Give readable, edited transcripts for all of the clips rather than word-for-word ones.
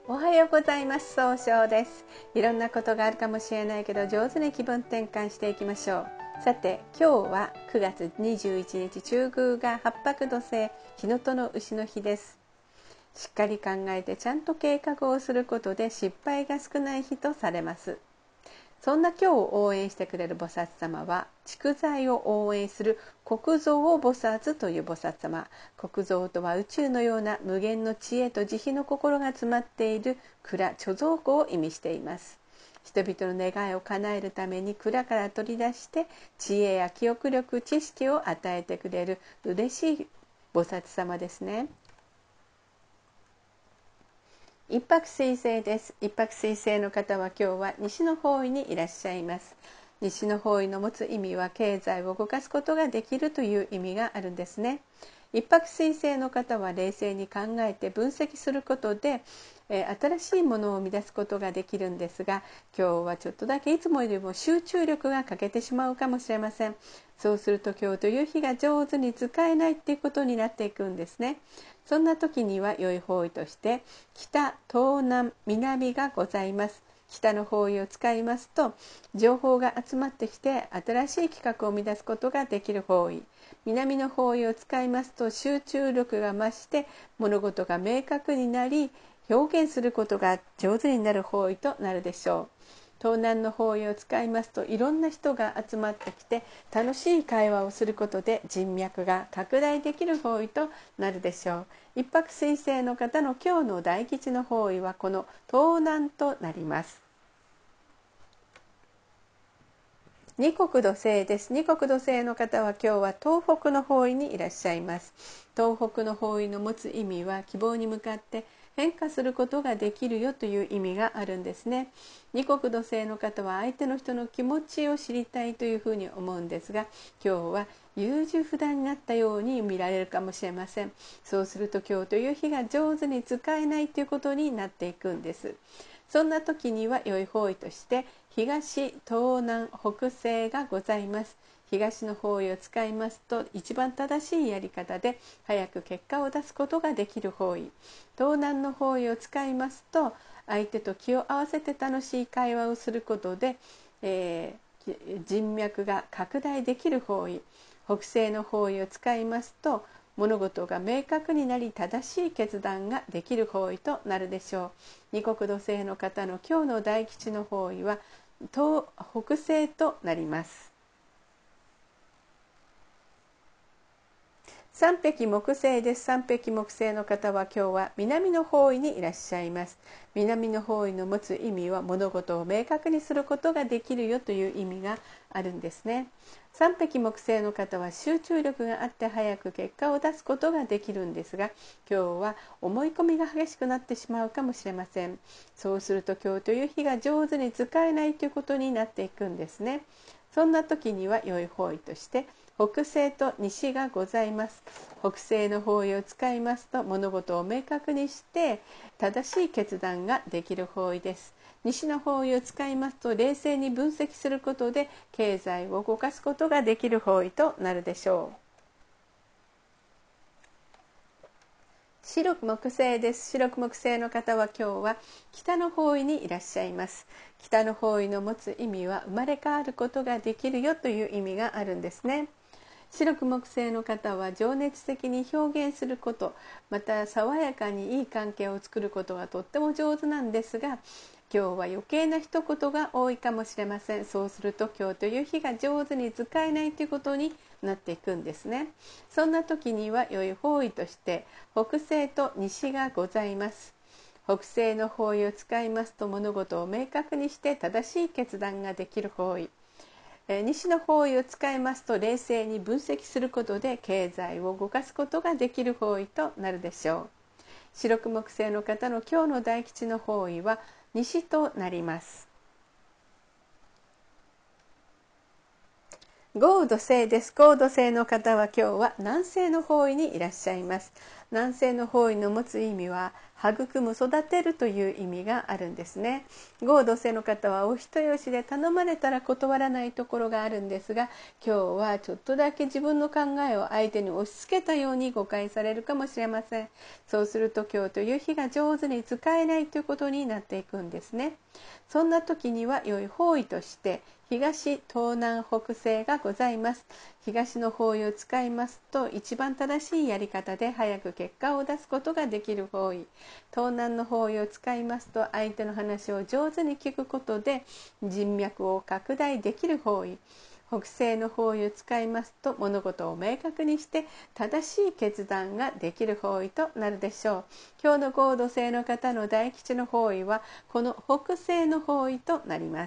おはようございます。総称です。いろんなことがあるかもしれないけど、上手に気分転換していきましょう。さて、今日は9月21日中宮が八白土星、日のとの牛の日です。しっかり考えてちゃんと計画をすることで失敗が少ない日とされます。そんな今日を応援してくれる菩薩様は、蓄財を応援する国蔵菩薩という菩薩様。国蔵とは宇宙のような無限の知恵と慈悲の心が詰まっている蔵貯蔵庫を意味しています。人々の願いを叶えるために蔵から取り出して知恵や記憶力、知識を与えてくれる嬉しい菩薩様ですね。一泊水星です。一泊水星の方は今日は西の方位にいらっしゃいます。西の方位の持つ意味は経済を動かすことができるという意味があるんですね。一泊水星の方は冷静に考えて分析することで、新しいものを生み出すことができるんですが、今日はちょっとだけいつもよりも集中力が欠けてしまうかもしれません。そうすると今日という日が上手に使えないっていうことになっていくんですね。そんな時には良い方位として北、東南、南がございます。北の方位を使いますと情報が集まってきて新しい企画を生み出すことができる方位。南の方位を使いますと集中力が増して物事が明確になり表現することが上手になる方位となるでしょう。東南の方位を使いますといろんな人が集まってきて楽しい会話をすることで人脈が拡大できる方位となるでしょう。一泊水星の方の今日の大吉の方位はこの東南となります。二国土星です。二国土星の方は今日は東北の方位にいらっしゃいます。東北の方位の持つ意味は希望に向かって変化することができるよという意味があるんですね。二国土星の方は相手の人の気持ちを知りたいというふうに思うんですが、今日は優柔不断になったように見られるかもしれません。そうすると今日という日が上手に使えないということになっていくんです。そんな時には良い方位として東、東南、北西がございます。東の方位を使いますと一番正しいやり方で早く結果を出すことができる方位。東南の方位を使いますと相手と気を合わせて楽しい会話をすることで、人脈が拡大できる方位。北西の方位を使いますと物事が明確になり正しい決断ができる方位となるでしょう。二国土星の方の今日の大吉の方位は北西となります。三匹木星です。三匹木星の方は今日は南の方位にいらっしゃいます。南の方位の持つ意味は物事を明確にすることができるよという意味があるんですね。三匹木星の方は集中力があって早く結果を出すことができるんですが、今日は思い込みが激しくなってしまうかもしれません。そうすると今日という日が上手に使えないということになっていくんですね。そんな時には良い方位として北西と西がございます。北西の方位を使いますと物事を明確にして正しい決断ができる方位です。西の方位を使いますと冷静に分析することで経済を動かすことができる方位となるでしょう。白く木星です。白く木星の方は今日は北の方位にいらっしゃいます。北の方位の持つ意味は生まれ変わることができるよという意味があるんですね。白く木星の方は情熱的に表現すること、また爽やかにいい関係を作ることがとっても上手なんですが、今日は余計な一言が多いかもしれません。そうすると今日という日が上手に使えないということになっていくんですね。そんな時には良い方位として北西と西がございます。北西の方位を使いますと物事を明確にして正しい決断ができる方位。西の方位を使いますと冷静に分析することで経済を動かすことができる方位となるでしょう。白く木星の方の今日の大吉の方位は西となります。豪土星です。豪土星の方は今日は南西の方位にいらっしゃいます。南西の方位の持つ意味は育む、育てるという意味があるんですね。合土星の方はお人よしで頼まれたら断らないところがあるんですが、今日はちょっとだけ自分の考えを相手に押し付けたように誤解されるかもしれません。そうすると今日という日が上手に使えないということになっていくんですね。そんな時には良い方位として東、東南、北西がございます。東の方位を使いますと一番正しいやり方で早く結果を出すことができる方位。東南の方位を使いますと相手の話を上手に聞くことで人脈を拡大できる方位。北西の方位を使いますと物事を明確にして正しい決断ができる方位となるでしょう。今日の合土星の方の大吉の方位はこの北西の方位となります。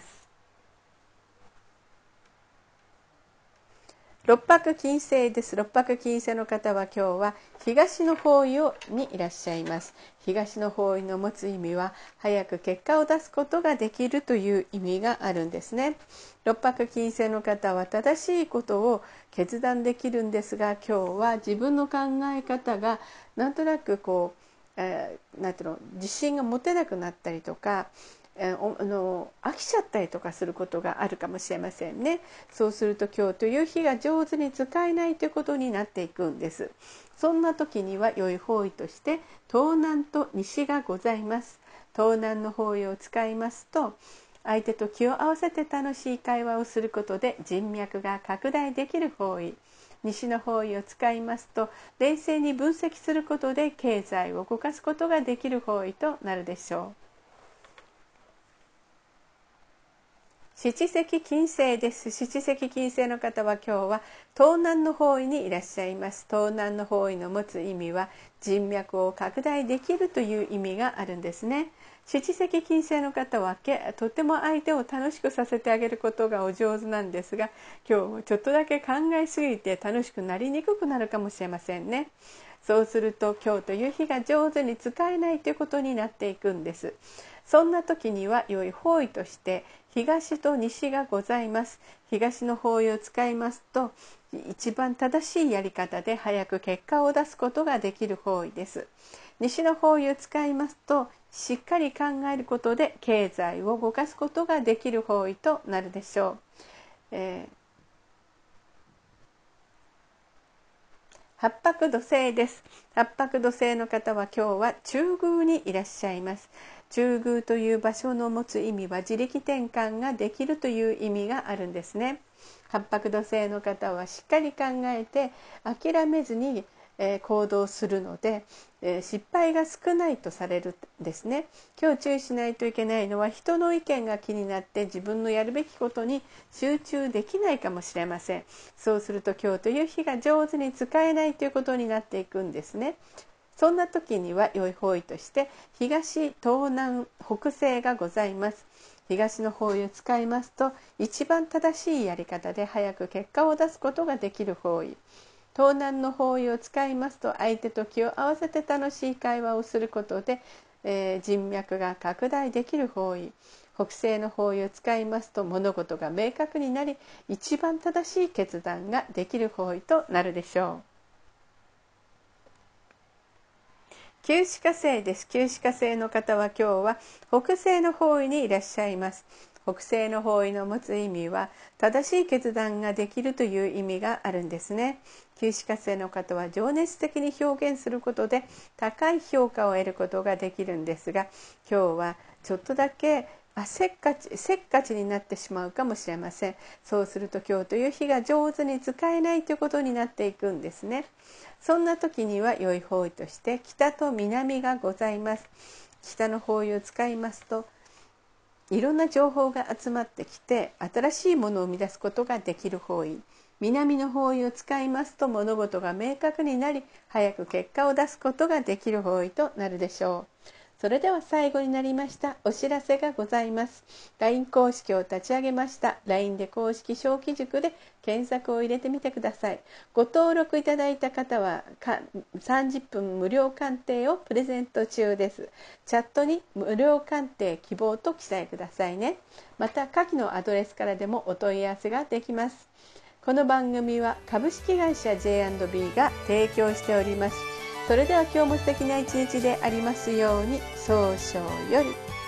六白金星です。六白金星の方は今日は東の方位にいらっしゃいます。東の方位の持つ意味は早く結果を出すことができるという意味があるんですね。六白金星の方は正しいことを決断できるんですが、今日は自分の考え方がなんとなくなんていうの、自信が持てなくなったりとか飽きちゃったりとかすることがあるかもしれませんね。そうすると今日という日が上手に使えないということになっていくんです。そんな時には良い方位として東南と西がございます。東南の方位を使いますと相手と気を合わせて楽しい会話をすることで人脈が拡大できる方位。西の方位を使いますと冷静に分析することで経済を動かすことができる方位となるでしょう。七石金星です。七石金星の方は今日は東南の方位にいらっしゃいます。東南の方位の持つ意味は人脈を拡大できるという意味があるんですね。七石金星の方はとても相手を楽しくさせてあげることがお上手なんですが、今日ちょっとだけ考えすぎて楽しくなりにくくなるかもしれませんね。そうすると今日という日が上手に使えないということになっていくんです。そんな時には良い方位として東と西がございます。東の方位を使いますと一番正しいやり方で早く結果を出すことができる方位です。西の方位を使いますとしっかり考えることで経済を動かすことができる方位となるでしょう。八白土星です。八白土星の方は今日は中宮にいらっしゃいます。中宮という場所の持つ意味は自力転換ができるという意味があるんですね。八白土星の方はしっかり考えて諦めずに行動するので失敗が少ないとされるんですね。今日注意しないといけないのは人の意見が気になって自分のやるべきことに集中できないかもしれません。そうすると今日という日が上手に使えないということになっていくんですね。そんな時には良い方位として東、東南、北西がございます。東の方位を使いますと一番正しいやり方で早く結果を出すことができる方位。東南の方位を使いますと相手と気を合わせて楽しい会話をすることで、人脈が拡大できる方位。北西の方位を使いますと物事が明確になり一番正しい決断ができる方位となるでしょう。九死火星です。九死火星の方は今日は北西の方位にいらっしゃいます。北西の方位の持つ意味は正しい決断ができるという意味があるんですね。九死火星の方は情熱的に表現することで高い評価を得ることができるんですが、今日はちょっとだけせっかちになってしまうかもしれません。そうすると今日という日が上手に使えないということになっていくんですね。そんな時には良い方位として北と南がございます。北の方位を使いますといろんな情報が集まってきて新しいものを生み出すことができる方位。南の方位を使いますと物事が明確になり早く結果を出すことができる方位となるでしょう。それでは最後になりましたお知らせがございます。 LINE 公式を立ち上げました。 LINE で公式小規塾で検索を入れてみてください。ご登録いただいた方は30分無料鑑定をプレゼント中です。チャットに無料鑑定希望と記載くださいね。また下記のアドレスからでもお問い合わせができます。この番組は株式会社 J&B が提供しております。 それでは今日も素敵な一日でありますように。早々より。